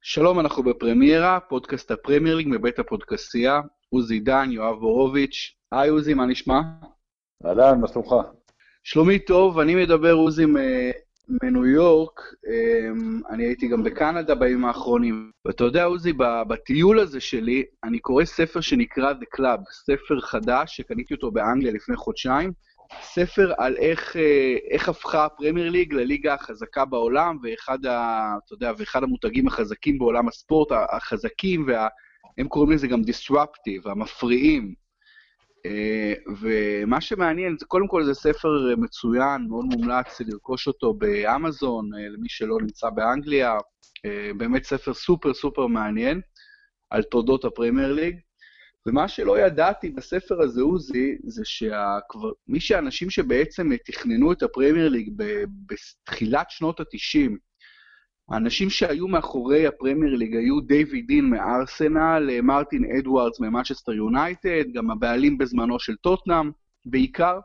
שלום, אנחנו בפרמיירה, פודקאסט הפרמייר ליג מבית הפודקאסטייה. עוזי דן, יואב בורוביץ'. היי עוזי, מה נשמע? אהלן, מה שלומך? שלומי טוב, אני מדבר עוזי מניו יורק. אני הייתי גם בקנדה בימים האחרונים. ואתה יודע עוזי, בטיול הזה שלי, אני קורא ספר שנקרא The Club, ספר חדש שקניתי אותו באנגליה לפני חודשיים. ספר על איך הפכה הפרמייר ליג לליגה החזקה בעולם, ואחד המותגים החזקים בעולם הספורט, החזקים, הם קוראים לזה גם disruptive, המפריעים. ומה שמעניין, קודם כל זה ספר מצוין, מאוד מומלץ לרכוש אותו באמזון, למי שלא נמצא באנגליה. באמת ספר סופר סופר מעניין על תולדות הפרמייר ליג. ומה שלא ידעתי בספר הזה, עוזי, זה האנשים שבעצם תכננו את הפרמייר ליג בתחילת שנות ה-90, האנשים שהיו מאחורי הפרמייר ליג היו דיוויד דין מארסנל, מרטין אדוארדס ממנצ'סטר יונייטד, גם הבעלים בזמנו של טוטנהאם בעיקר.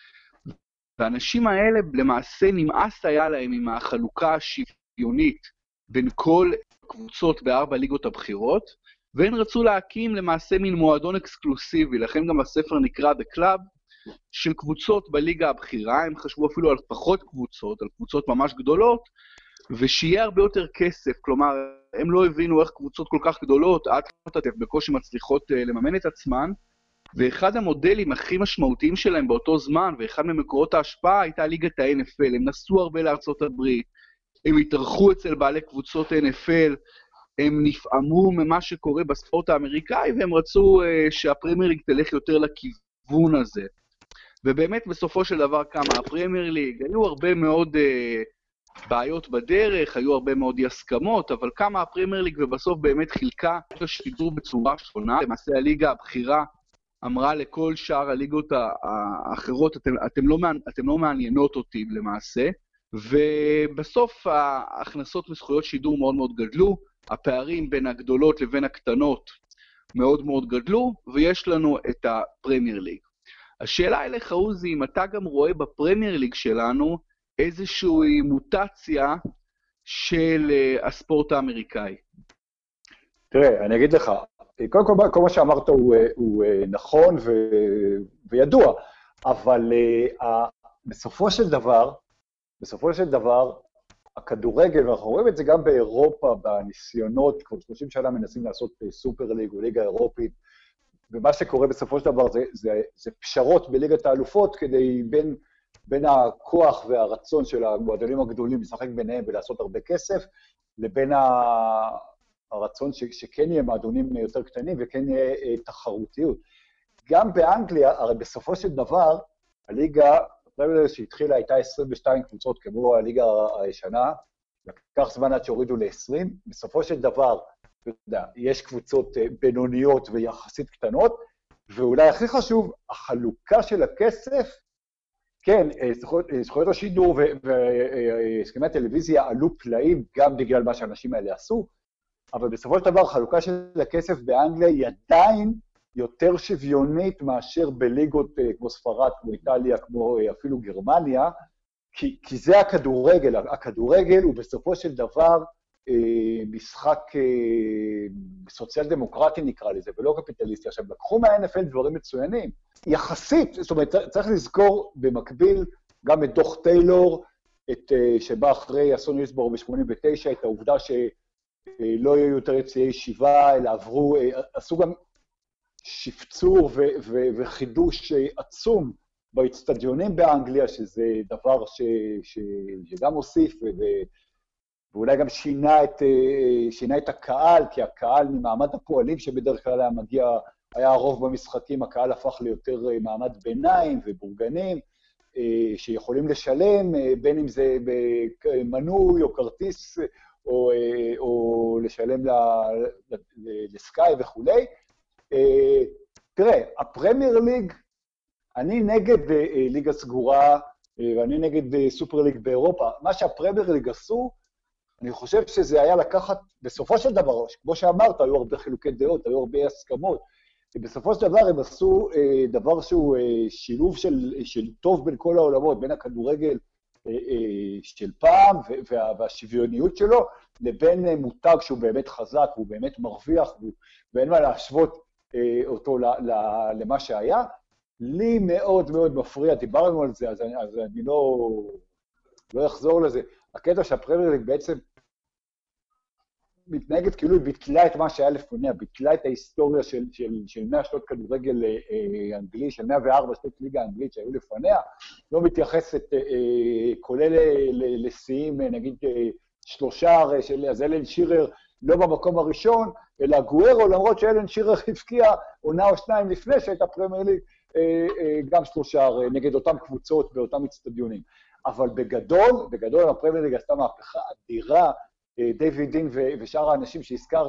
והאנשים האלה למעשה נמאס היה להם עם החלוקה השוויונית בין כל קבוצות בארבע ליגות הבחירות, והם רצו להקים למעשה מין מועדון אקסקלוסיבי, לכן גם הספר נקרא The Club, של קבוצות בליגה הבחירה. הם חשבו אפילו על פחות קבוצות, על קבוצות ממש גדולות, ושיהיה הרבה יותר כסף. כלומר, הם לא הבינו איך קבוצות כל כך גדולות, עד כתף בקושי מצליחות לממן את עצמן, ואחד המודלים הכי משמעותיים שלהם באותו זמן, ואחד ממקורות ההשפעה, הייתה ליגת ה-NFL. הם נסעו הרבה לארצות הברית, הם התארחו אצל בעלי קבוצות NFL, הם נפעמו ממה שקורה בספורט האמריקאי, והם רצו שהפרמייר ליג תלך יותר לכיוון הזה. ובאמת בסופו של דבר קמה הפרמייר ליג, היו הרבה מאוד בעיות בדרך, היו הרבה מאוד אי הסכמות, אבל קמה הפרמייר ליג ובסוף באמת חילקה את השידור בצורה שונה. למעשה הליגה הבכירה אמרה לכל שאר הליגות האחרות, אתם לא מעניינות אותי למעשה, ובסוף ההכנסות מזכויות שידור מאוד מאוד גדלו, הפערים בין הגדולות לבין הקטנות מאוד מאוד גדלו, ויש לנו את הפרמייר ליג. השאלה אליך עוזי, אם אתה גם רואה בפרמייר ליג שלנו איזושהי מוטציה של הספורט האמריקאי. תראה, אני אגיד לך, קודם כל מה שאמרת הוא נכון וידוע, אבל בסופו של דבר, הכדורגל, ואנחנו רואים את זה גם באירופה, בניסיונות, כבר 30 שנה מנסים לעשות סופר ליג או ליגה אירופית, ומה שקורה בסופו של דבר זה פשרות בליגת האלופות, כדי בין הכוח והרצון של המועדונים הגדולים לשחק ביניהם ולעשות הרבה כסף, לבין הרצון שכן יהיה מועדונים יותר קטנים וכן יהיה תחרותיות. גם באנגליה, הרי בסופו של דבר, הליגה, שהתחילה הייתה 22 קבוצות כמו הליגה הישנה, לקח זמן עד שהורידו ל-20, בסופו של דבר, יש קבוצות בינוניות ויחסית קטנות, ואולי הכי חשוב, החלוקה של הכסף, כן, זכויות השידור והסכמי הטלוויזיה עלו פלאים גם בגלל מה שהאנשים האלה עשו, אבל בסופו של דבר החלוקה של הכסף באנגליה היא עדיין יותר שוויונית מאשר בליגות כמו ספרד, כמו איטליה, כמו אפילו גרמניה, כי זה הכדורגל. הכדורגל הוא בסופו של דבר משחק סוציאל דמוקרטי נקרא לזה, ולא קפיטליסטי. עכשיו, לקחו מה-NFL דברים מצוינים. יחסית, זאת אומרת, צריך לזכור במקביל גם את דוח טיילור, שבא אחרי אסון הילסבורו ב-89, את העובדה שלא יהיו יותר יציאי ישיבה, אלא עשו גם שפצור וחידוש עצום באצטדיונים באנגליה, שזה דבר שגם הוסיף, ואולי גם שינה את הקהל, כי הקהל ממעמד הפועלים שבדרך כלל היה הרוב במשחקים, הקהל הפך ליותר מעמד ביניים ובורגנים, שיכולים לשלם, בין אם זה במנוי או כרטיס, או לשלם לסקאי וכולי. תראה, הפרמייר ליג, אני נגד ליגה סגורה, ואני נגד סופר ליג באירופה. מה שהפרמייר ליג עשו, אני חושב שזה היה לקחת, בסופו של דבר, כמו שאמרת, היו הרבה חילוקי דעות, היו הרבה הסכמות, ובסופו של דבר הם עשו דבר שהוא שילוב של טוב בין כל העולמות, בין הכדורגל של פעם והשוויוניות שלו, לבין מותג שהוא באמת חזק, הוא באמת מרוויח, ואין מה להשוות אותו למה שהיה. לי מאוד מאוד מפריע, דיברנו על זה, אז אני לא אחזור לזה. הקטע שהפרמייר ליג בעצם מתנהגת כאילו היא ביטלה את מה שהיה לפניה, ביטלה את ההיסטוריה של 100 שנות כדורגל אנגלי, של 104 שנות ליגה אנגלית שהיו לפניה, לא מתייחסת כולל לשיאים, נגיד שלושה של אלן שירר, לא במקום הראשון, אלא גוארו, למרות שאלן שירר הפקיע עונה או שניים לפני שהייתה פרמייר ליג, גם שלושה נגד אותם קבוצות באותם אצטדיונים. אבל בגדול הפרמייר ליג עשתה מהפכה אדירה, דיוויד דין ושאר האנשים שהזכרת,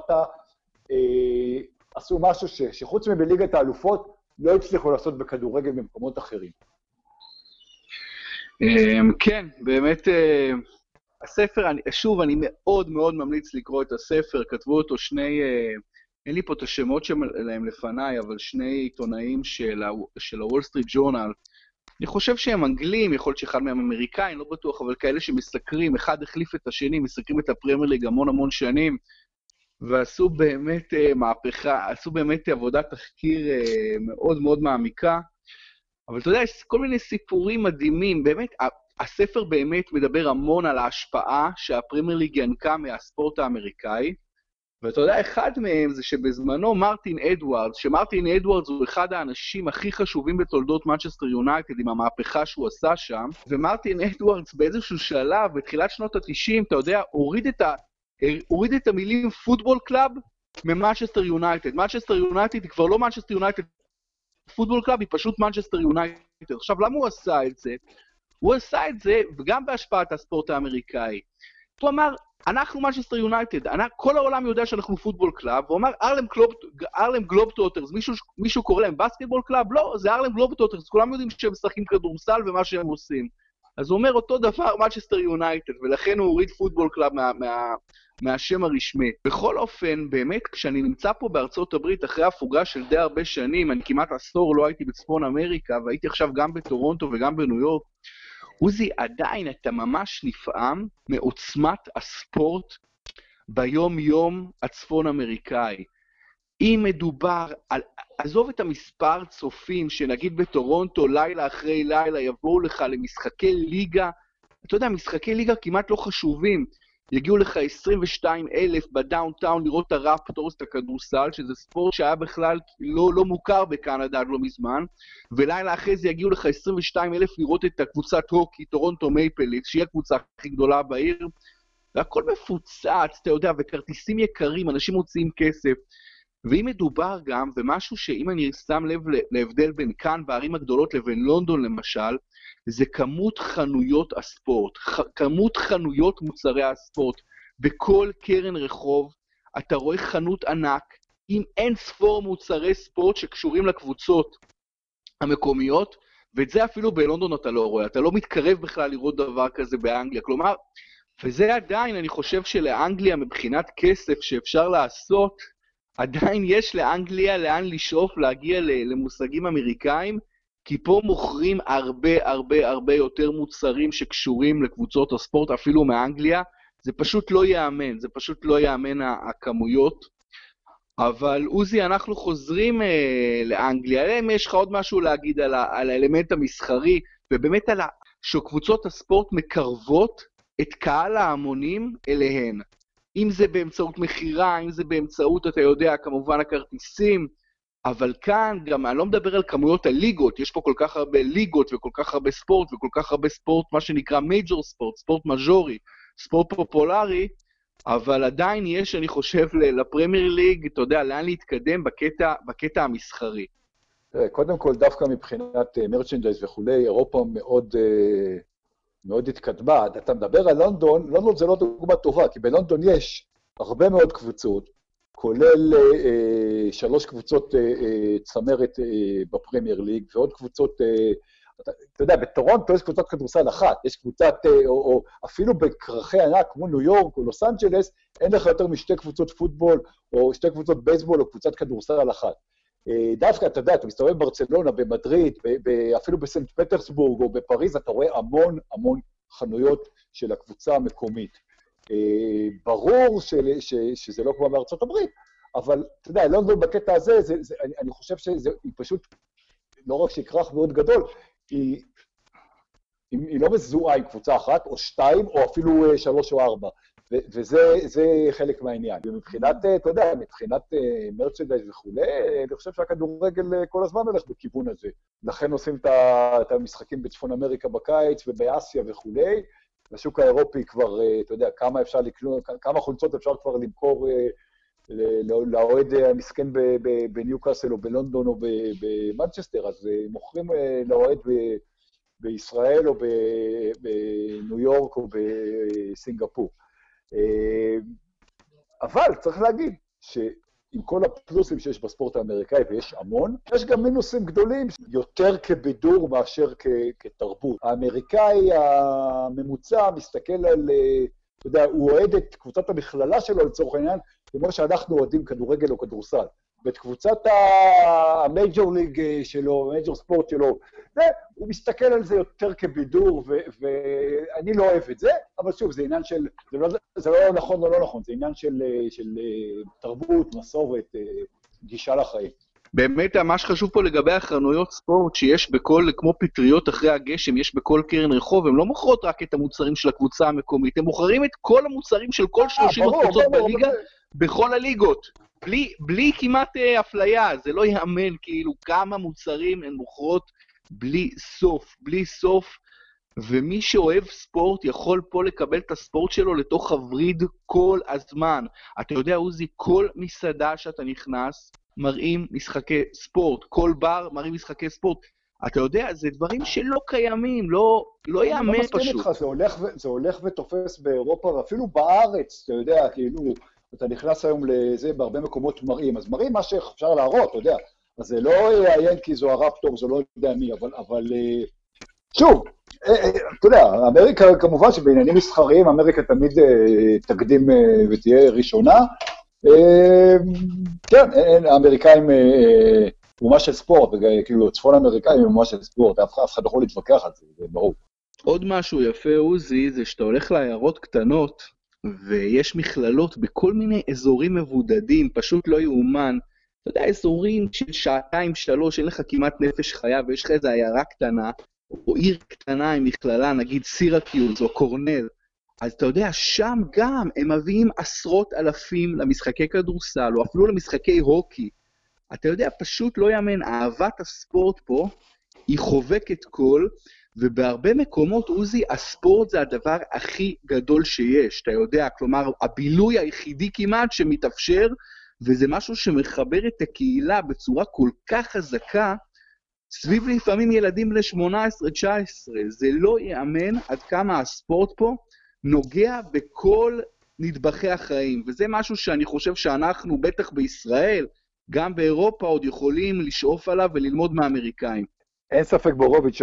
עשו משהו שחוץ מבליגת האלופות, לא הצליחו לעשות בכדורגל במקומות אחרים. כן, באמת, הספר, שוב, אני מאוד מאוד ממליץ לקרוא את הספר, כתבו אותו שני, אין לי פה את השמות שלהם לפניי, אבל שני עיתונאים של הוול סטריט ג'ורנל, אני חושב שהם אנגלים, יכול להיות שאחד מהם אמריקאים, לא בטוח, אבל כאלה שמסקרים, אחד החליף את השני, מסקרים את הפרמייר ליג המון שנים, ועשו באמת מהפכה, עשו באמת עבודת תחקיר מאוד מאוד מעמיקה, אבל אתה יודע, יש כל מיני סיפורים מדהימים, באמת, הספר באמת מדבר המון על ההשפעה שהפרמייר ליג ינקה מהספורט האמריקאי, ואתה יודע, אחד מהם זה שבזמנו מרטין אדוארדס, שמרטין אדוארדס הוא אחד האנשים הכי חשובים בתולדות מנצ'סטר יונייטד עם המהפכה שהוא עשה שם, ומרטין אדוארדס באיזשהו שלב, בתחילת שנות ה-90, אתה יודע, הוריד את המילים פוטבול קלאב ממנצ'סטר יונייטד. מנצ'סטר יונייטד היא כבר לא מנצ'סטר יונייטד פוטבול קלאב, היא פשוט מנצ'סטר יונייטד. עכשיו, למה הוא עשה את זה? הוא עשה את זה גם בהשפעת הספורט האמריקאי. הוא אמר, אנחנו מנצ'סטר יונייטד, כל העולם יודע שאנחנו פוטבול קלאב, הוא אמר, ארלם גלובטוטרס, מישהו קורא להם בסקטבול קלאב? לא, זה ארלם גלובטוטרס, כולם יודעים שהם משחקים כדורסל ומה שהם עושים. אז הוא אומר אותו דבר מנצ'סטר יונייטד, ולכן הוא הוריד פוטבול קלאב מהשם הרשמי. בכל אופן, באמת, כשאני נמצא פה בארצות הברית, אחרי הפוגה של די הרבה שנים, אני כמעט עשור לא הייתי בצפון אמריקה, והייתי עכשיו גם בטורונטו וגם בניו יורק, עוזי, עדיין אתה ממש נפעם מעוצמת הספורט ביום-יום הצפון אמריקאי. אם מדובר על, עזוב את המספר צופים שנגיד בטורונטו לילה אחרי לילה יבואו לך למשחקי ליגה, אתה יודע, משחקי ליגה כמעט לא חשובים, יגיעו לך 22,000 בדאונטאון לראות את הרפטורס, את הכדורסל, שזה ספורט שהיה בכלל לא מוכר בקנדה עד לא מזמן, ולילה אחרי זה יגיעו לך 22,000 לראות את הקבוצת הוקי, טורונטו מייפל ליפס, שהיא הקבוצה הכי גדולה בעיר, והכל מפוצץ, אתה יודע, וכרטיסים יקרים, אנשים מוציאים כסף, ואם מדובר גם, ומשהו שאם אני שם לב להבדל בין כאן בערים הגדולות לבין לונדון למשל, זה כמות חנויות הספורט, כמות חנויות מוצרי הספורט. בכל קרן רחוב אתה רואה חנות ענק עם אין ספור מוצרי ספורט שקשורים לקבוצות המקומיות, ואת זה אפילו בלונדון אתה לא רואה, אתה לא מתקרב בכלל לראות דבר כזה באנגליה. כלומר, וזה עדיין, אני חושב שלאנגליה מבחינת כסף שאפשר לעשות, עדיין יש לאנגליה לאן לשאוף להגיע למושגים אמריקאים, כי פה מוכרים הרבה יותר מוצרים שקשורים לקבוצות הספורט, אפילו מאנגליה, זה פשוט לא יאמן, זה פשוט לא יאמן הכמויות. אבל עוזי, אנחנו חוזרים לאנגליה, אם יש לך עוד משהו להגיד על האלמנט המסחרי, ובאמת על שקבוצות הספורט מקרבות את קהל ההמונים אליהן. אם זה באמצעות מחירה, אם זה באמצעות, אתה יודע, כמובן הכרטיסים, אבל כאן גם, אני לא מדבר על כמויות הליגות, יש פה כל כך הרבה ליגות וכל כך הרבה ספורט, וכל כך הרבה ספורט, מה שנקרא מייג'ור ספורט, ספורט מז'ורי, ספורט פופולרי, אבל עדיין יש, אני חושב, לפרמייר ליג, אתה יודע, לאן להתקדם בקטע המסחרי. קודם כל, דווקא מבחינת מרצ'נדייז וכולי, אירופה מאוד התקדמה. אתה מדבר על לונדון, לונדון זה לא דוגמה טובה, כי בלונדון יש הרבה מאוד קבוצות, כולל 3 קבוצות צמרת בפרמייר ליג, ועוד קבוצות, אתה יודע, בטורונטו יש קבוצת כדורסל אחת, יש קבוצת, או אפילו בקרחי ענק כמו ניו יורק או לוס אנג'לס, אין לך יותר משתי קבוצות פוטבול, או 2 קבוצות בייסבול, או קבוצת כדורסל אחת. דווקא, אתה יודע, אתה מסתובב בברצלונה, במדריד, אפילו בסנט פטרסבורג או בפריז, אתה רואה המון חנויות של הקבוצה המקומית. ברור שזה לא כמו בארצות הברית, אבל אתה יודע, לונדון בקטע הזה, אני חושב שהיא פשוט, לא רק שכרך מאוד גדול, היא לא מזוהה עם קבוצה אחת, או שתיים, או אפילו 3 או 4. וזה חלק מהעניין. ומבחינת, אתה יודע, מבחינת מרצ'נדייז וכו', אני חושב שהכדורגל כל הזמן הולך בכיוון הזה. לכן עושים את המשחקים בצפון אמריקה בקיץ ובאסיה וכו'. בשוק האירופי כבר, אתה יודע, כמה חולצות אפשר כבר למכור לאוהד המסכן בניוקאסל או בלונדון או במנצ'סטר, אז מוכרים לאוהד בישראל או בניו יורק או בסינגפור. אבל צריך להגיד שעם כל הפלוסים שיש בספורט האמריקאי, ויש המון, יש גם מינוסים גדולים, יותר כבידור מאשר כתרבות. האמריקאי הממוצע מסתכל על, אתה יודע, הוא אוהד את קבוצת המכללה שלו לצורך העניין, כמו שאנחנו אוהדים כדורגל או כדורסל. ואת קבוצת המייג'ור ליג שלו, המייג'ור ספורט שלו, הוא מסתכל על זה יותר כבידור, ואני לא אוהב את זה, אבל שוב, זה עניין של, זה לא נכון או לא נכון, זה עניין של תרבות, מסורת, גישה לחיים. באמת, מה שחשוב פה לגבי החנויות ספורט, שיש בכל, כמו פטריות אחרי הגשם, יש בכל קרן רחוב, הם לא מוכרות רק את המוצרים של הקבוצה המקומית, הם מוכרים את כל המוצרים של כל 30 הקבוצות בליגה, בכל הליגות. בלי כמעט אפליה, זה לא יאמן כאילו כמה מוצרים הן מוכרות בלי סוף, ומי שאוהב ספורט יכול פה לקבל את הספורט שלו לתוך הווריד כל הזמן. אתה יודע, עוזי, כל מסעדה שאתה נכנס, מראים משחקי ספורט, כל בר מראים משחקי ספורט. אתה יודע, זה דברים שלא קיימים, לא יאמן פשוט. אני לא מסכים איתך, זה הולך ותופס באירופה, ואפילו בארץ, אתה יודע, כאילו, אתה נכנס היום לזה בהרבה מקומות מראים, אז מראים מה שאפשר להראות, אתה יודע, אז זה לא יעיין כי זו הרפטור, זה לא יודע מי, אבל שוב, אתה יודע, אמריקה כמובן שבעניינים מסחריים, אמריקה תמיד תקדים ותהיה ראשונה, כן, האמריקאים אומה של ספורט, כאילו צפון האמריקאים אומה של ספורט, אף אחד יכול להתווכח על זה, זה ברור. עוד משהו יפה, עוזי, זה שאתה הולך לעיירות קטנות, ויש מכללות בכל מיני אזורים מבודדים, פשוט לא יאומן. אתה יודע, אזורים של 2-3, אין לך כמעט נפש חיה, ויש לך איזו עיירה קטנה, או עיר קטנה עם מכללה, נגיד סירקיוז או קורנל. אז אתה יודע, שם גם הם מביאים עשרות אלפים למשחקי כדורסל, או אפילו למשחקי הוקי. אתה יודע, פשוט לא יאמן, אהבת הספורט פה היא חובקת כל, ובהרבה מקומות, עוזי, הספורט זה הדבר הכי גדול שיש, אתה יודע, כלומר, הבילוי היחידי כמעט שמתאפשר, וזה משהו שמחבר את הקהילה בצורה כל כך חזקה, סביב לפעמים ילדים ל-18-19, זה לא יאמן עד כמה הספורט פה נוגע בכל נדבכי החיים, וזה משהו שאני חושב שאנחנו, בטח בישראל, גם באירופה עוד יכולים לשאוף עליו וללמוד מהאמריקאים. אין ספק בורוביץ'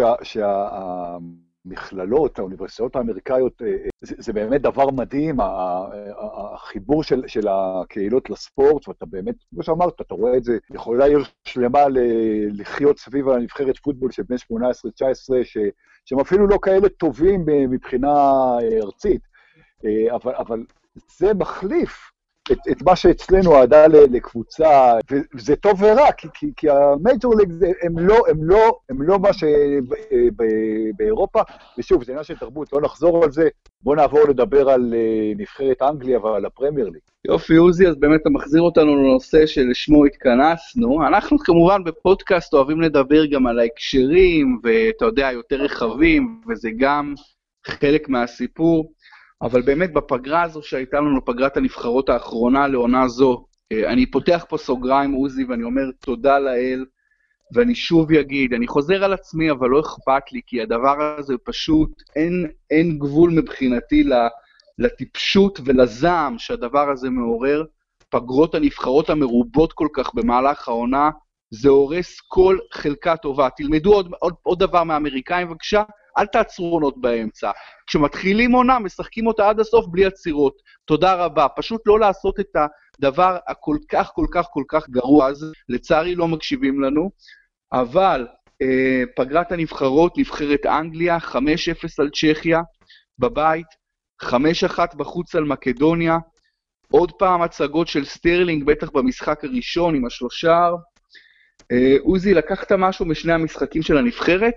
שהמכללות, האוניברסיטאות האמריקאיות, זה באמת דבר מדהים, החיבור של הקהילות לספורט, ואתה באמת, כמו שאמרת, אתה רואה את זה, יכולה עיר שלמה לחיות סביב הנבחרת פוטבול של בני 18-19, שהם אפילו לא כאלה טובים מבחינה ארצית, אבל זה מחליף את מה שאצלנו העדה לקבוצה, וזה טוב ורע, כי המייג'ור ליג הם לא מה שבאירופה, ושוב, זה עניין של תרבות, לא נחזור על זה, בוא נעבור לדבר על נבחרת אנגליה ועל הפרמייר ליג. יופי, עוזי, אז באמת אתה מחזיר אותנו לנושא שלשמו התכנסנו, אנחנו כמובן בפודקאסט אוהבים לדבר גם על ההקשרים, ואתה יודע, יותר רחבים, וזה גם חלק מהסיפור, אבל באמת בפגרה הזו שהייתה לנו, פגרת הנבחרות האחרונה לעונה זו, אני פותח פה סוגריים, עוזי, ואני אומר תודה לאל, ואני שוב אגיד, אני חוזר על עצמי, אבל לא אכפת לי, כי הדבר הזה פשוט, אין גבול מבחינתי לטיפשות ולזעם שהדבר הזה מעורר. פגרות הנבחרות המרובות כל כך במהלך העונה, זה הורס כל חלקה טובה. תלמדו עוד דבר מהאמריקאים, בבקשה, אל תעצרו עונות באמצע. כשמתחילים עונה, משחקים אותה עד הסוף בלי עצירות. תודה רבה. פשוט לא לעשות את הדבר הכל כך, כל כך, כל כך גרוע הזה. לצערי לא מקשיבים לנו. אבל פגרת הנבחרות, נבחרת אנגליה, 5-0 על צ'כיה. בבית, 5-1 בחוץ על מקדוניה, עוד פעם הצגות של סטרלינג, בטח במשחק הראשון עם השלושה. עוזי, לקחת משהו משני המשחקים של הנבחרת?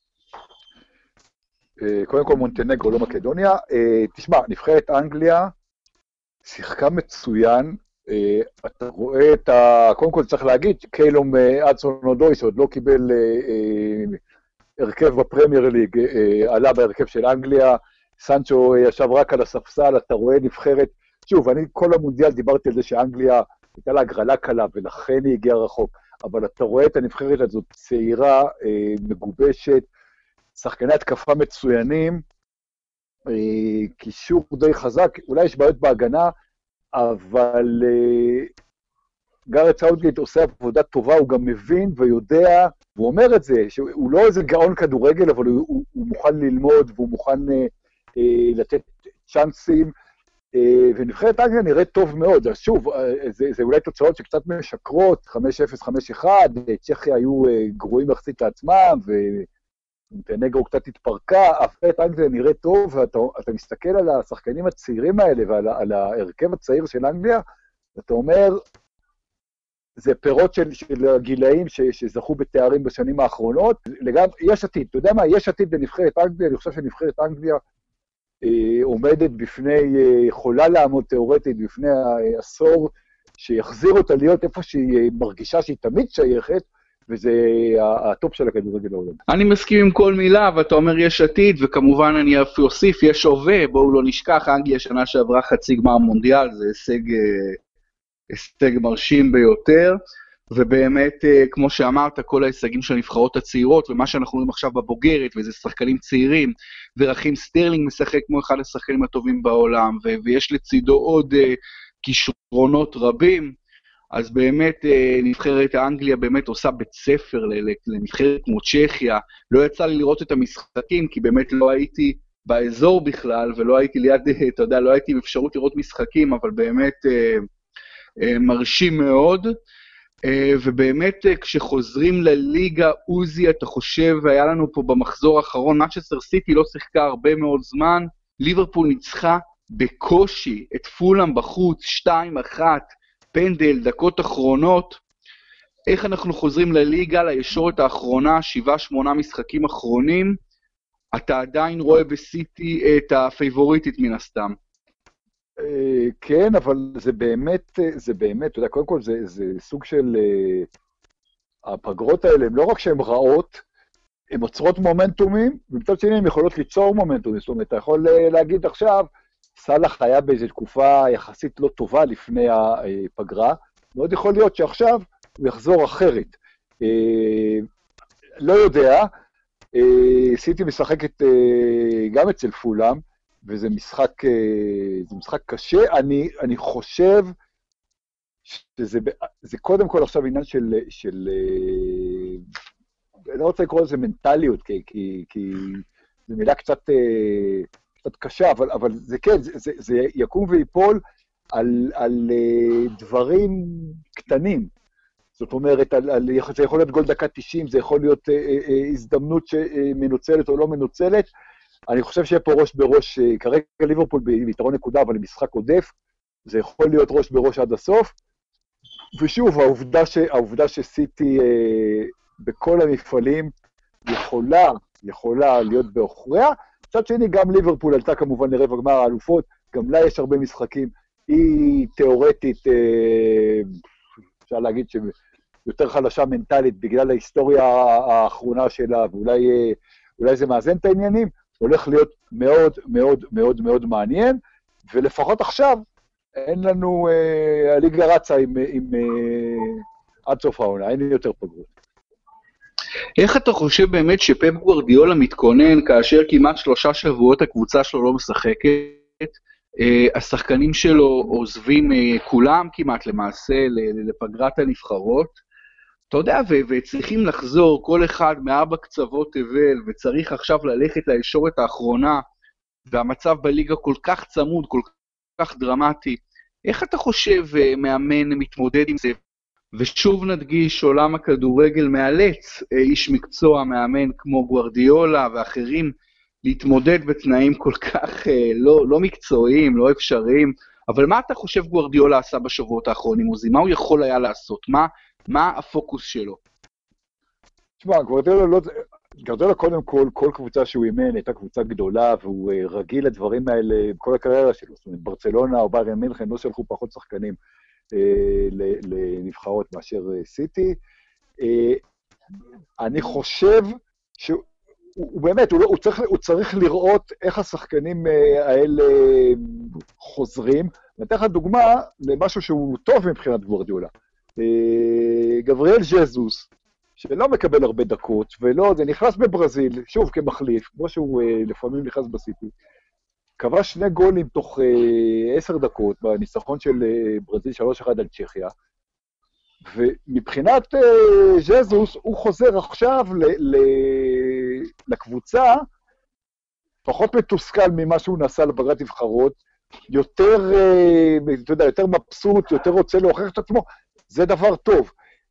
קודם כל מונטנגרו, לא מקדוניה. תשמע, נבחרת אנגליה שיחקה מצוין. אתה רואה את קודם כל צריך להגיד, קיילום אדסון אודוי, שעוד לא קיבל הרכב בפרמייר ליג, עלה בהרכב של אנגליה, סנצ'ו ישב רק על הספסל, אתה רואה נבחרת, שוב, אני כל המונדיאל דיברתי על זה שאנגליה הייתה לה הגרלה קלה, ולכן היא הגיעה רחוק, אבל אתה רואה את הנבחרת הזאת צעירה, מגובשת, שחקני התקפה מצוינים, קישור די חזק, אולי יש בעיות בהגנה, אבל גארט סאוטגייט עושה עבודה טובה, הוא גם מבין ויודע, והוא אומר את זה, שהוא לא איזה גאון כדורגל, אבל הוא מוכן ללמוד, והוא מוכן לתת צ'אנסים, ונבחרת אנגליה נראית טוב מאוד. אז שוב, זה אולי תוצאות שקצת משקרות, 5-0, 5-1, צ'כיה היו גרועים יחסית לעצמם, ומונטנגרו קצת התפרקה, נבחרת אנגליה נראית טוב, ואתה מסתכל על השחקנים הצעירים האלה, ועל ההרכב הצעיר של אנגליה, ואתה אומר, זה פירות של הגילאים שזכו בתארים בשנים האחרונות, יש עתיד, אתה יודע מה, יש עתיד בנבחרת אנגליה, אני חושב שנבחרת אנגליה עומדת בפני, יכולה לעמוד תיאורטית בפני העשור, שיחזיר אותה להיות איפה שהיא מרגישה שהיא תמיד שייכת, וזה הטופ של הכדורגל העולמי. אני מסכים עם כל מילה, ואתה אומר יש עתיד, וכמובן אני אוסיף, יש הווה, בואו לא נשכח, אנגליה שנה שעברה חצי גמר מונדיאל, זה הישג מרשים ביותר, ובאמת, כמו שאמרת, כל ההישגים של הנבחרות הצעירות, ומה שאנחנו רואים עכשיו בבוגרת, וזה שחקנים צעירים, ורחים סטרלינג משחק כמו אחד השחקנים הטובים בעולם, ויש לצידו עוד כישרונות רבים, אז באמת נבחרת האנגליה באמת עושה בית ספר לנבחרת כמו צ'כיה, לא יצא לי לראות את המשחקים, כי באמת לא הייתי באזור בכלל, ולא הייתי ליד, אתה יודע, לא הייתי באפשרות לראות משחקים, אבל באמת מרשים מאוד, ובאמת כשחוזרים לליגה, עוזי, אתה חושב, והיה לנו פה במחזור האחרון, מנצ'סטר סיטי לא שיחקה הרבה מאוד זמן, ליברפול ניצחה בקושי את פולהאם בחוץ, 2-1, פנדל, דקות אחרונות, איך אנחנו חוזרים לליגה, לישורת האחרונה, 7-8 משחקים אחרונים, אתה עדיין רואה בסיטי את הפייבוריטית מן הסתם. כן, אבל זה באמת, אתה יודע, קודם כל זה סוג של, הפגרות האלה, הם לא רק שהן רעות, הן עוצרות מומנטומים, ומצד שני הן יכולות ליצור מומנטומים, זאת אומרת, אתה יכול להגיד עכשיו, סלאח היה באיזו תקופה יחסית לא טובה לפני הפגרה, מאוד יכול להיות שעכשיו הוא יחזור אחרת. לא יודע, סיטי משחקת גם אצל פולהאם, וזה משחק קשה. אני חושב שזה קודם כל עכשיו עניין של אני לא רוצה לקרוא לזה מנטליות, כי זו מילה קצת קשה, אבל זה כן, זה יקום ויפול על דברים קטנים. זאת אומרת, זה יכול להיות גול דקה 90, זה יכול להיות הזדמנות שמנוצלת או לא מנוצלת. אני חושב שיהיה פה ראש בראש, כרגע ליברפול ביתרון נקודה, אבל למשחק עודף, זה יכול להיות ראש בראש עד הסוף. ושוב, העובדה שסיטי בכל המפעלים יכולה להיות באחוריה. מצד שני, גם ליברפול עלתה כמובן לרבע גמר האלופות, גם לה יש הרבה משחקים. היא תיאורטית, אפשר להגיד שיותר חלשה מנטלית בגלל ההיסטוריה האחרונה שלה, ואולי זה מאזן את העניינים, הולך להיות מאוד מאוד מאוד מאוד מעניין, ולפחות עכשיו אין לנו, הליגה רצה עם עד סוף העונה, אין יותר פגרות. איך אתה חושב באמת שפפ גוארדיולה מתכונן כאשר כמעט 3 שבועות הקבוצה שלו לא משחקת, השחקנים שלו עוזבים כולם כמעט למעשה לפגרת הנבחרות, אתה יודע, וצריכים לחזור כל אחד מ4 קצוות תבל, וצריך עכשיו ללכת לישורת האחרונה, והמצב בליגה כל כך צמוד, כל כך דרמטי. איך אתה חושב מאמן מתמודד עם זה? ושוב נדגיש, עולם הכדורגל מאלץ איש מקצוע, מאמן כמו גוארדיולה ואחרים, להתמודד בתנאים כל כך לא מקצועיים, לא אפשריים, אבל מה אתה חושב גוארדיולה עשה בשבועות האחרונים, עוזי? מה הוא יכול היה לעשות? מה הפוקוס שלו? תשמע, גוארדיולה קודם כל קבוצה שהוא אימן הייתה קבוצה גדולה, והוא רגיל לדברים האלה בכל הקריירה שלו. זאת אומרת, ברצלונה או ביירן מינכן לא שלחו פחות שחקנים לנבחרות מאשר סיטי. אני חושב שהוא באמת, הוא צריך לראות איך השחקנים האלה חוזרים. ואתן לך דוגמה למשהו שהוא טוב מבחינת גוארדיולה. גבריאל ז'זוס, שלא מקבל הרבה דקות, זה נכנס בברזיל, שוב כמחליף, כמו שהוא לפעמים נכנס בסיטי, כבש 2 גולים תוך 10 דקות, בניצחון של ברזיל 3-1 על צ'כיה, ומבחינת ז'זוס, הוא חוזר עכשיו לקבוצה, פחות מתוסכל ממה שהוא נעשה לבגרת נבחרות, יותר, אתה יודע, יותר מבסוט, יותר רוצה להוכיח את עצמו, זה דבר טוב.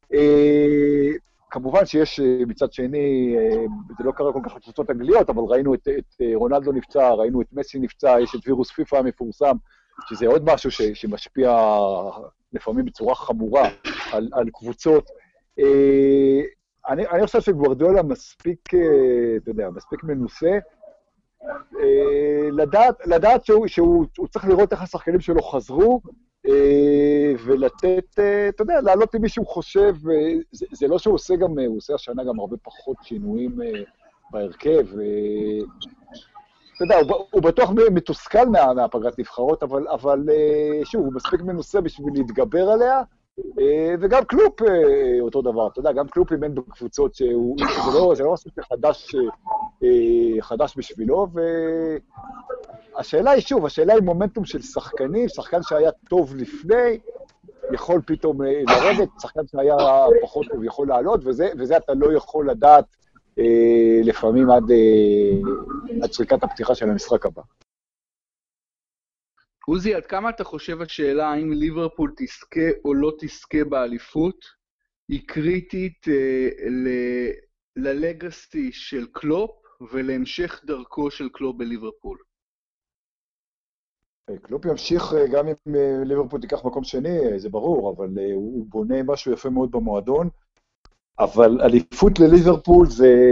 כמובן שיש מצד שני, זה לא קרה כל כך לקבוצות אנגליות, אבל ראינו את רונלדו נפצע, ראינו את מסי נפצע, יש את וירוס פיפא המפורסם, שזה עוד משהו שמשפיע לפעמים בצורה חמורה על קבוצות. אני חושב שגוארדיולה מספיק, אתה יודע, מספיק מנוסה, לדעת שהוא צריך לראות איך השחקנים שלו חזרו, ולתת, אתה יודע, לעלות עם מישהו חושב, זה לא שהוא עושה גם, הוא עושה השנה גם הרבה פחות שינויים בהרכב, אתה יודע, הוא בטוח מתוסכל מהפגרת נבחרות, אבל שוב, הוא מספיק מנוסה בשביל להתגבר עליה, וגם קלופ אותו דבר, אתה יודע, גם קלופ אימן בקבוצות זה לא מספיק חדש בשבילו, השאלה היא שוב, השאלה היא מומנטום של שחקנים, שחקן שהיה טוב לפני, יכול פתאום לרדת, שחקן שהיה פחות טוב יכול לעלות, וזה אתה לא יכול לדעת לפעמים עד שריקת הפתיחה של המשחק הבא. עוזי, עד כמה אתה חושב השאלה האם ליברפול תזכה או לא תזכה באליפות, היא קריטית ללגאסי של קלופ ולהמשך דרכו של קלופ בליברפול? קלופ ימשיך גם אם ליברפול תיקח מקום שני, זה ברור, אבל הוא בונה משהו יפה מאוד במועדון, אבל אליפות לליברפול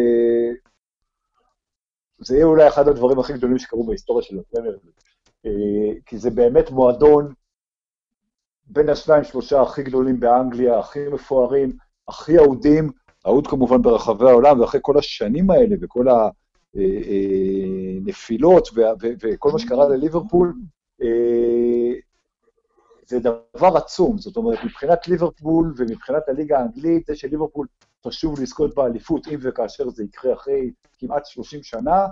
זה יהיה אולי אחד הדברים הכי גדולים שקרו בהיסטוריה של הפרמייר ליג, כי זה באמת מועדון בין 2-3 הכי גדולים באנגליה, הכי מפוארים, הכי אהודים, אהוד כמובן ברחבי העולם, ואחרי כל השנים האלה וכל הנפילות וכל מה שקרה לליברפול, זה דבר עצום. זאת אומרת, מבחינת ליברפול ומבחינת הליגה האנגלית, זה שליברפול חשוב לזכות באליפות, אם וכאשר זה יקרה אחרי כמעט 30 שנה,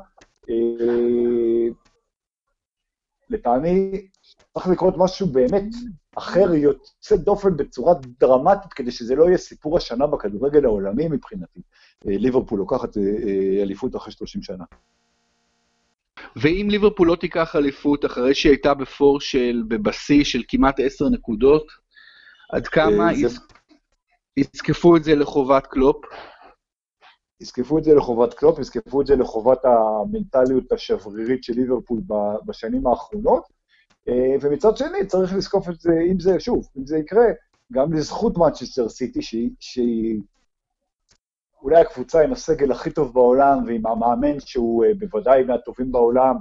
לטעמי צריך לקרות משהו באמת אחר, יוצא דופן בצורה דרמטית, כדי שזה לא יהיה סיפור השנה בכדורגל העולמי מבחינתי. ליברפול לוקחת אליפות אחרי 30 שנה. ואם ליברפול לא תיקח אליפות אחרי שהיא הייתה בבסיס של כמעט 10 נקודות, עד כמה יזקפו את זה לחובת קלופ? יזקפו את זה לחובת קלופ, יזקפו את זה לחובת המנטליות השברירית של ליברפול בשנים האחרונות, ומצד שני צריך לזקוף את זה, אם זה, שוב, אם זה יקרה, גם לזכות מנצ'סטר סיטי, שהיא אולי הקבוצה עם הסגל הכי טוב בעולם, ועם המאמן שהוא בוודאי מהטובים בעולם,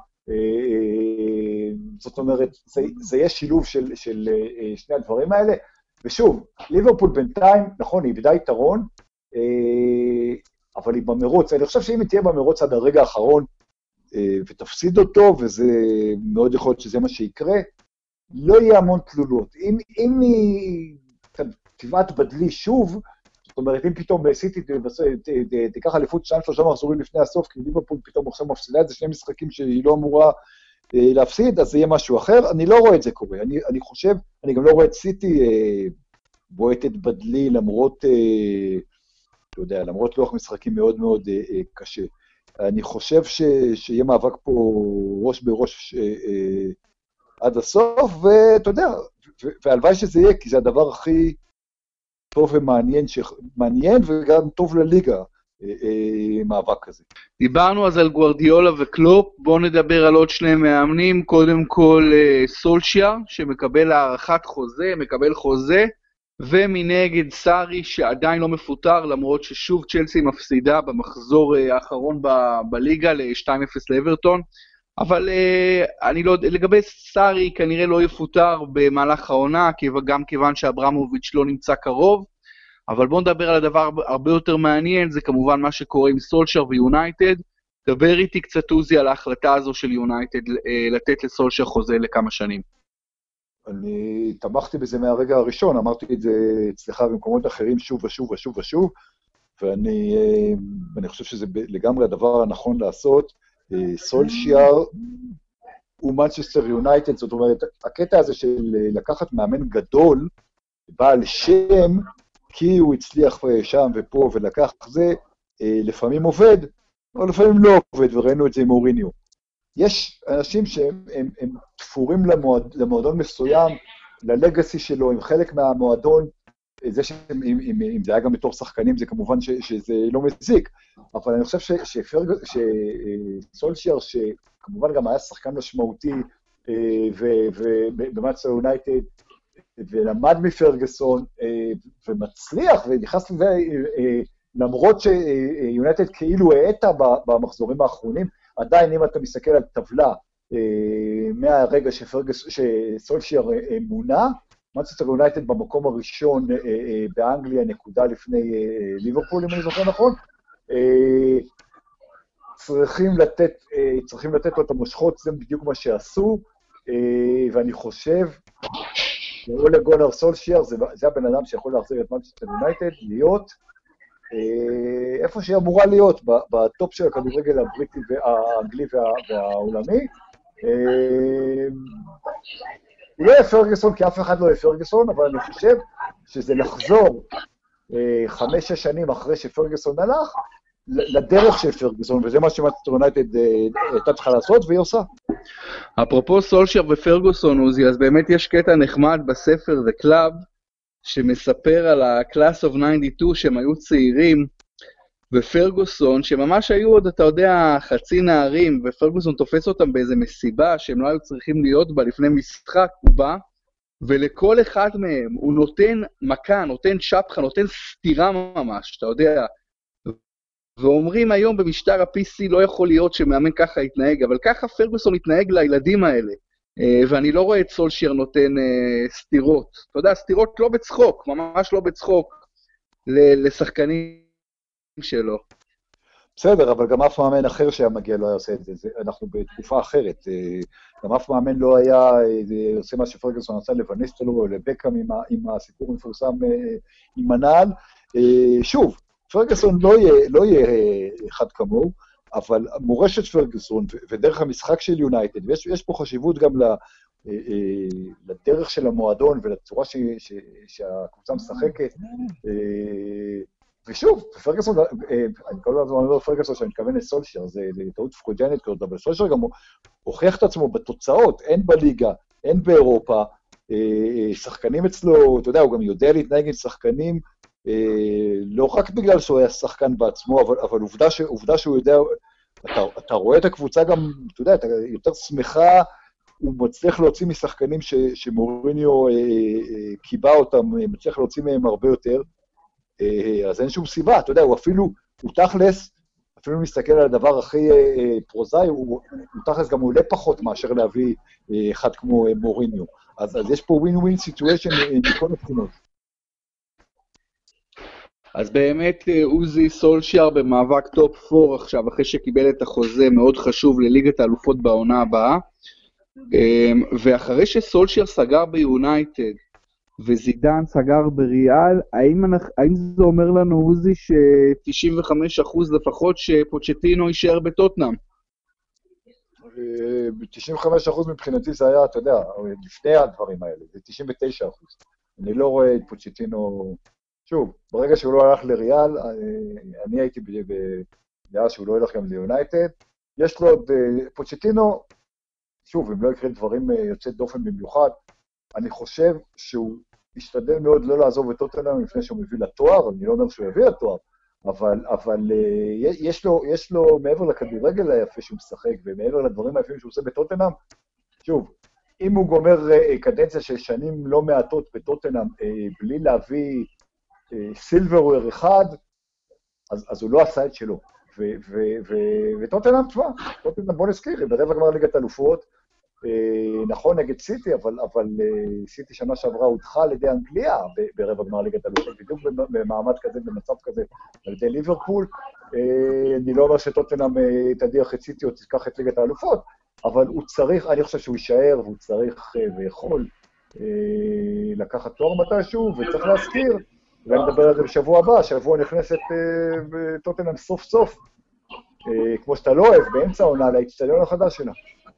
זאת אומרת, זה יהיה שילוב של שני הדברים האלה, ושוב, ליברפול בינתיים, נכון, היא איבדה יתרון, אבל היא במרוץ, אני חושב שאם היא תהיה במרוץ עד הרגע האחרון, ותפסיד אותו, וזה מאוד יכול להיות שזה מה שיקרה, לא יהיה המון תלולות. אם היא תבעט בדלי שוב, זאת אומרת, אם פתאום סיטי תיקח אליפות 2-3 מחזורים לפני הסוף, כי ליברפול פתאום עכשיו מפסידה את זה, 2 משחקים שהיא לא אמורה להפסיד, אז זה יהיה משהו אחר. אני לא רואה את זה קורה. אני חושב, אני גם לא רואה את סיטי בועטת בדלי, למרות, אתה יודע, למרות לוח משחקים מאוד מאוד קשה. אני חושב שיהיה מאבק פה ראש בראש עד הסוף, ואתה יודע, והלוואי שזה יהיה, כי זה הדבר הכי טוב ומעניין, מעניין וגם טוב לליגה, מאבק כזה. דיברנו אז על גוארדיולה וקלופ, בואו נדבר על עוד שני מאמנים, קודם כל סולשיאר שמקבל הארכת חוזה, מקבל חוזה, ומנגד סארי שעדיין לא מפוטר, למרות ששוב צ'לסי מפסידה במחזור האחרון בליגה ל-2-0 לאברטון, אבל אני לא, לגבי סארי כנראה לא יפוטר במהלך העונה, גם כיוון שאברמוביץ' לא נמצא קרוב, אבל בואו נדבר על הדבר הרבה יותר מעניין, זה כמובן מה שקורה עם סולשייר ויונייטד. דבר איתי קצת עוזי על ההחלטה הזו של יונייטד לתת לסולשייר חוזה לכמה שנים. אני תמכתי בזה מהרגע הראשון, אמרתי את זה אצלך במקומות אחרים שוב ושוב ושוב ושוב, ואני חושב שזה לגמרי הדבר הנכון לעשות. סולשייר הוא מנצ'סטר יונייטד, זאת אומרת, הקטע הזה של לקחת מאמן גדול, בעל שם, כי הוא הצליח שם ופה ולקח זה, לפעמים עובד, או לפעמים לא עובד, וראינו את זה עם מוריניו. יש אנשים שהם תפורים למועדון מסוים, ללגאסי שלו, עם חלק מהמועדון, זה אם זה היה גם בתור שחקנים, זה כמובן שזה לא מזיק, אבל אני חושב שסולשייר, שכמובן גם היה שחקן משמעותי, ובמנצ'סטר יונייטד, ולמד מפרגוסון, ומצליח, ונכנס לזה, למרות שיונייטד כאילו העטה במחזורים האחרונים, עדיין אם אתה מסתכל על טבלה, מהרגע שסולשייר מונה, מנצ'סטר יונייטד במקום הראשון באנגליה, נקודה לפני ליברפול, אם אני זוכר נכון, צריכים לתת לו את המושכות, זה בדיוק מה שעשו, ואני חושב, אולה גונר סולשייר, זה הבן אדם שיכול להחזיר את מנצ'סטר יונייטד, להיות איפה שהיא אמורה להיות, בטופ של הכדורגל הבריטי והאנגלי והעולמי. הוא לא יהיה פרגוסון, כי אף אחד לא יהיה פרגוסון, אבל אני חושב שזה לחזור 5-6 שנים אחרי שפרגוסון הלך, לדרך של פרגוסון, וזה מה שמנצ'סטר יונייטד הייתה צריכה לעשות, והיא עושה. אפרופו סולשייר ופרגוסון, עוזי, אז באמת יש קטע נחמד בספר The Club, שמספר על ה-Class of 92 שהם היו צעירים, ופרגוסון, שממש היו עוד, אתה יודע, חצי נערים, ופרגוסון תופס אותם באיזה מסיבה שהם לא היו צריכים להיות בה לפני משחק, הוא בא, ולכל אחד מהם הוא נותן מכה, נותן שפחה, נותן סתירה ממש, אתה יודע, ואומרים היום במשטר ה-PC לא יכול להיות שמאמן ככה יתנהג, אבל ככה פרגוסון יתנהג לילדים האלה, ואני לא רואה את סולשייר נותן סתירות, אתה יודע, סתירות לא בצחוק, ממש לא בצחוק, לשחקנים שלו. בסדר, אבל גם אף מאמן אחר שהיה מגיע לא היה עושה את זה, אנחנו בתקופה אחרת, גם אף מאמן לא היה עושה מה שפרגוסון עשה לבניסטלו או לבקאם עם הסיפור המפורסם עם הנעל. שוב, פרגוסון לא יהיה אחד כמוהו, אבל מורשת פרגוסון ודרך המשחק של יונייטד, ויש פה חשיבות גם לדרך של המועדון ולצורה שהקבוצה משחקת, ושוב, פרגוסון, אני כל הזמן אומר פרגוסון שאני מתכוון לסולשייר, זה טעות פקודנית כזאת, אבל סולשייר גם הוכיח את עצמו בתוצאות, אין בליגה, אין באירופה, שחקנים אצלו, אתה יודע, הוא גם יודע להתנהג עם שחקנים, לא רק בגלל שהוא היה שחקן בעצמו, אבל עובדה שהוא יודע, אתה רואה את הקבוצה גם, אתה יודע, אתה יותר שמחה, הוא מצליח להוציא משחקנים שמוריניו קיבע אותם, מצליח להוציא מהם הרבה יותר, אז אין שום סיבה, אתה יודע, הוא תכלס, אפילו מסתכל על הדבר הכי פרוזאי, הוא תכלס גם עולה פחות מאשר להביא אחד כמו מוריניו, אז יש פה ווין-ווין סיטואשן מכל הבחינות. אז באמת עוזי סולשייר במאבק טופ 4 עכשיו, אחרי שקיבל את החוזה מאוד חשוב לליגת האלופות בעונה הבאה, ואחרי שסולשייר סגר ביונייטד, וזידן סגר בריאל, האם זה אומר לנו עוזי ש95% לפחות שפוצ'טינו יישאר בטוטנאם? 95% מבחינתי זה היה, אתה יודע, לפני הדברים האלה, זה 99%. אני לא רואה את פוצ'טינו, שוב, ברגע שהוא לא הלך לריאל, אני הייתי בדעה שהוא לא הלך גם ליונייטד, יש לו עוד פוצ'טינו, שוב, אם לא יקרה דברים יוצא דופן במיוחד, אני חושב שהוא השתדל מאוד לא לעזוב את טוטנהאם לפני שהוא מביא לתואר, אני לא אומר שהוא יביא לתואר, אבל יש לו, מעבר לכדורגל היפה שהוא משחק, ומעבר לדברים היפים שהוא עושה בטוטנהאם, שוב, אם הוא גומר קדנציה של שנים לא מעטות בטוטנהאם, בלי להביא סילברוויר אחד, אז הוא לא עשה את שלו. וטוטנהאם, תשמע, טוטנהאם בוא נזכיר, ברבע גמר ליגת אלופות, נכון נגד סיטי, אבל סיטי שנה שעברה הודחה על ידי אנגליה ברבע גמר ליגת אלופות, בדיוק במעמד כזה, במצב כזה, על ידי ליברפול. אני לא אומר שטוטנהאם תדיח את סיטי או תיקח את ליגת האלופות, אבל הוא צריך, אני חושב שהוא יישאר, והוא צריך ויכול לקחת תואר מתישהו, וצריך להזכיר, ואני מדבר על זה בשבוע הבא, שבוע נכנסת בטוטנהאם סוף סוף, כמו שאתה לא אוהב, באמצע העונה, לאצטדיון החדש שלה.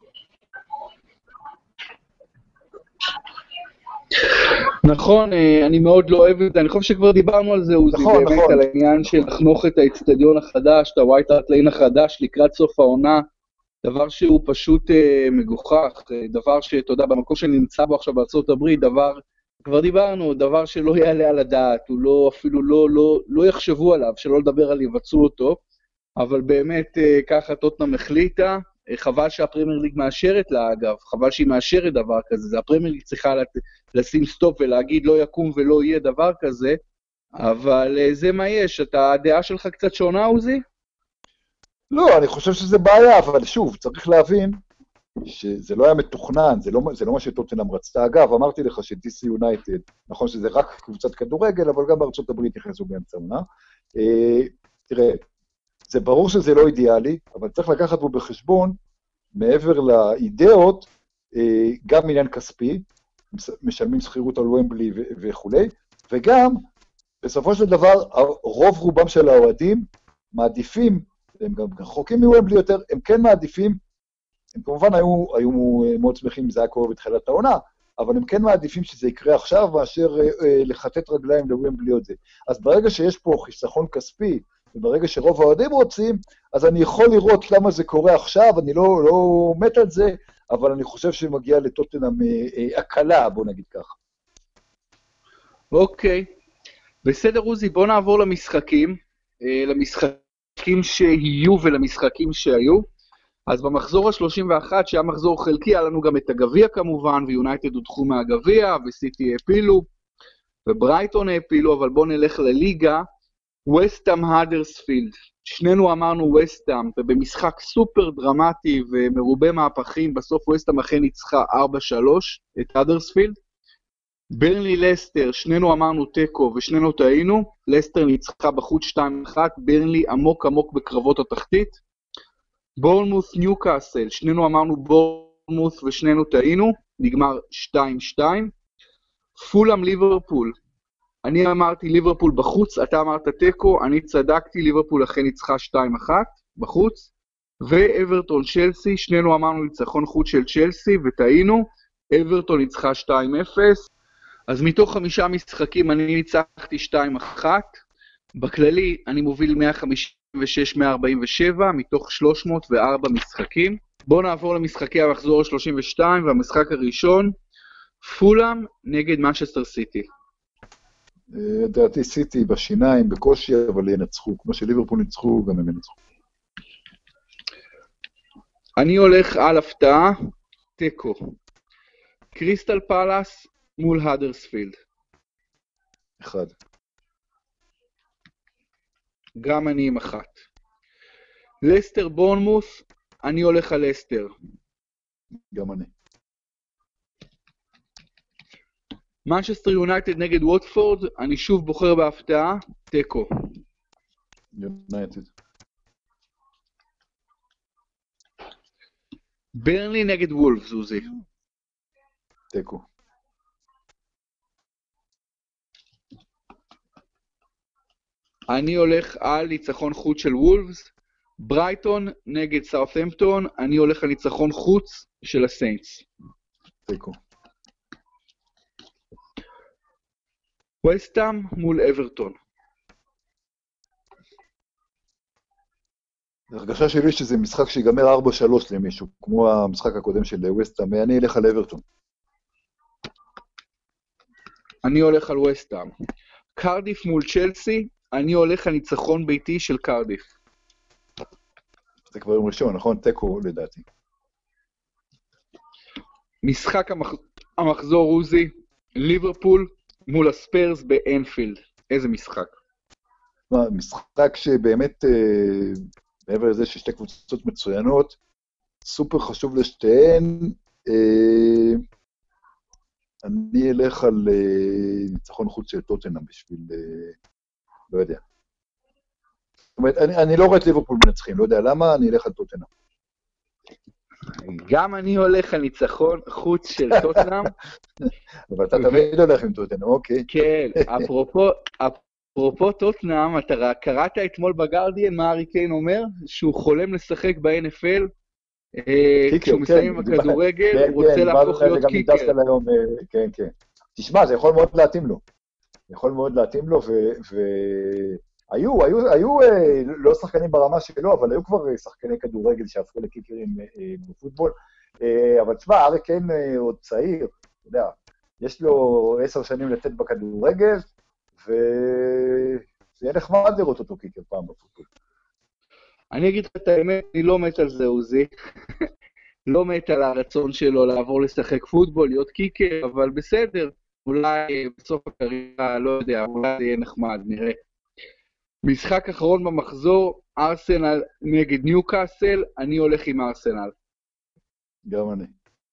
נכון, אני מאוד לא אוהב את זה, אני חושב שכבר דיברנו על זה, עוזי, באמת על העניין של לחנוך את האצטדיון החדש, את הווייט הארט ליין החדש לקראת סוף העונה, דבר שהוא פשוט מגוחך, דבר שאתה יודע, במקום שאני נמצא בו עכשיו בארצות הברית, דבר, כבר דיברנו, דבר שלא יעלה על הדעת, הוא לא, אפילו לא יחשבו עליו, שלא לדבר על יבצעו אותו, אבל באמת ככה טוטנהאם החליטה, חבל שהפרמייר ליג מאשרת לה, אגב, חבל שהיא מאשרת דבר כזה, זה הפרמייר ליג צריכה לשים סטופ ולהגיד לא יקום ולא יהיה דבר כזה, אבל זה מה יש, הדעה שלך קצת שונה, עוזי? לא, אני חושב שזה בעיה, אבל שוב, צריך להבין שזה לא היה מתוכנן, זה לא מה שטוטנהאם רצתה. אגב, אמרתי לך ש-DC United, נכון שזה רק קבוצת כדורגל, אבל גם בארצות הברית נכנסו באמצע עונה. תראה, זה ברור שזה לא אידיאלי, אבל צריך לקחת בו בחשבון, מעבר לאידאות, גם עניין כספי, משלמים שכירות על ומבלי וכו', וגם, בסופו של דבר, רוב רובם של האוהדים מעדיפים, הם גם רחוקים מוומבלי יותר, הם כן מעדיפים, הם כמובן היו מאוד שמחים אם זה היה קורה בתחילת העונה, אבל הם כן מעדיפים שזה יקרה עכשיו, מאשר לחטט רגליים לוומבלי עוד זה. אז ברגע שיש פה חיסכון כספי, וברגע שרוב האוהדים רוצים, אז אני יכול לראות למה זה קורה עכשיו, אני לא מת על זה, אבל אני חושב שמגיע לטוטנהאם הקלה, בוא נגיד ככה. אוקיי. בסדר, עוזי, בוא נעבור למשחקים שיהיו ולמשחקים שהיו. אז במחזור ה-31, שהיה מחזור חלקי, היה לנו גם את הגביע כמובן, ויונייטד הודחו מהגביע, וסיטי העפילו, וברייטון העפילו, אבל בוא נלך לליגה. וסטהאם האדרספילד, שנינו אמרנו וסטהאם, ובמשחק סופר דרמטי ומרובה מהפכים, בסוף וסטהאם אכן ניצחה 4-3 את האדרספילד. ברנלי לסטר, שנינו אמרנו טקו ושנינו טעינו, לסטר ניצחה בחוץ 2-1, ברנלי עמוק עמוק בקרבות התחתית. בורנמות' ניוקאסל, שנינו אמרנו בורנמות' ושנינו טעינו, נגמר 2-2. פולהאם ליברפול, אני אמרתי ליברפול בחוץ, אתה אמרת טקו, אני צדקתי, ליברפול אכן ניצחה 2-1 בחוץ, ואברטון צ'לסי, שנינו אמרנו ניצחון חוץ של צ'לסי וטעינו, אברטון ניצחה 2-0, אז מתוך 5 משחקים אני ניצחתי 2-1, בכללי אני מוביל 156-147 מתוך 304 משחקים. בואו נעבור למשחקי המחזור ה-32, והמשחק הראשון, פולהאם נגד מנצ'סטר סיטי. דעתי סיטי בשיניים, בקושי, אבל ינצחו. כמו שליברפול ניצחו, גם הם ינצחו. אני הולך על הפתעה, טקו. קריסטל פלאס מול האדרספילד. 1. גם אני עם 1. לסטר בורנמות', אני הולך על לסטר. גם אני. מנצ'סטר יונייטד נגד ווטפורד, אני שוב בוחר בהפתעה, טקו. יונייטד. ברנלי נגד וולפס, עוזי. טקו. אני הולך על ניצחון חוץ של וולפס. ברייטון נגד סאות'המפטון, אני הולך על ניצחון חוץ של הסיינטס. טקו. וסטהאם מול אברטון. הרגשה שלי שזה משחק שיגמר 4-3 למישהו, כמו המשחק הקודם של וסטהאם, אני אלך על אברטון. אני הולך על וסטהאם. קרדיף מול צ'לסי, אני הולך על ניצחון ביתי של קרדיף. זה כבר יום ראשון, נכון? תיקו לדעתי. משחק המחזור עוזי, ליברפול מול הספיירס באנפילד. איזה משחק. משחק שבאמת, מעבר לזה ששתי קבוצות מצוינות, סופר חשוב לשתיהן, אני אלך על ניצחון חוץ של טוטנהאם בשביל, לא יודע. זאת אומרת, אני לא רואה את ליברפול מנצחים, לא יודע למה, אני אלך על טוטנהאם. גם אני הולך על ניצחון חוץ של טוטנהאם. אבל אתה תמיד הולך עם טוטנהאם, אוקיי. כן, אפרופו טוטנהאם, אתה קראת אתמול בגרדיאן מה הארי קיין אומר? שהוא חולם לשחק ב-NFL, כשהוא מסיים עם הכדורגל, הוא רוצה להפוך להיות קיקר. כן, כן. תשמע, זה יכול מאוד להתאים לו. יכול מאוד להתאים לו, היו לא שחקנים ברמה שלו, אבל היו כבר שחקני כדורגל שהפכו לקיקרים בפוטבול. אבל תשמע, הארי קיין עוד צעיר, אתה יודע, יש לו 10 שנים לתת בכדורגל, וזה יהיה נחמד לראות אותו קיקר פעם בפוטבול. אני אגיד לך את האמת, אני לא מת על זה, עוזי. לא מת על הרצון שלו לעבור לשחק פוטבול, להיות קיקר, אבל בסדר. אולי בסוף הקריירה, לא יודע, אולי זה יהיה נחמד, נראה. משחק אחרון במחזור, ארסנל נגד ניוקאסל, אני הולך עם ארסנל. גם אני.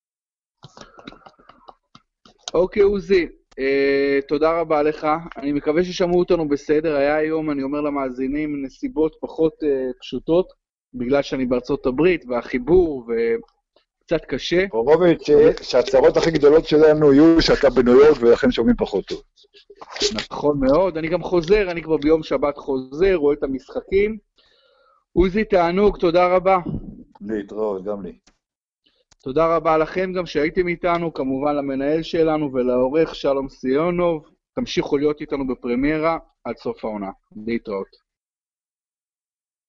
אוקיי, עוזי, תודה רבה לך. אני מקווה ששמעו אותנו בסדר. היה היום, אני אומר למאזינים, נסיבות פחות פשוטות, בגלל שאני בארצות הברית, והחיבור, וקצת קשה. רוביץ', שהצרות הכי גדולות שלנו יהיו שאתה בניו יורק, ולכן שומעים פחות טוב. נכון מאוד. אני גם חוזר, אני כבר ביום שבת חוזר, רואה את המשחקים. עוזי, תענוג, תודה רבה. להתראות, גם לי. תודה רבה לכם גם שהייתם איתנו, כמובן למנהל שלנו ולעורך שלום סיונוב. תמשיכו להיות איתנו בפרמיירה עד סוף העונה. להתראות.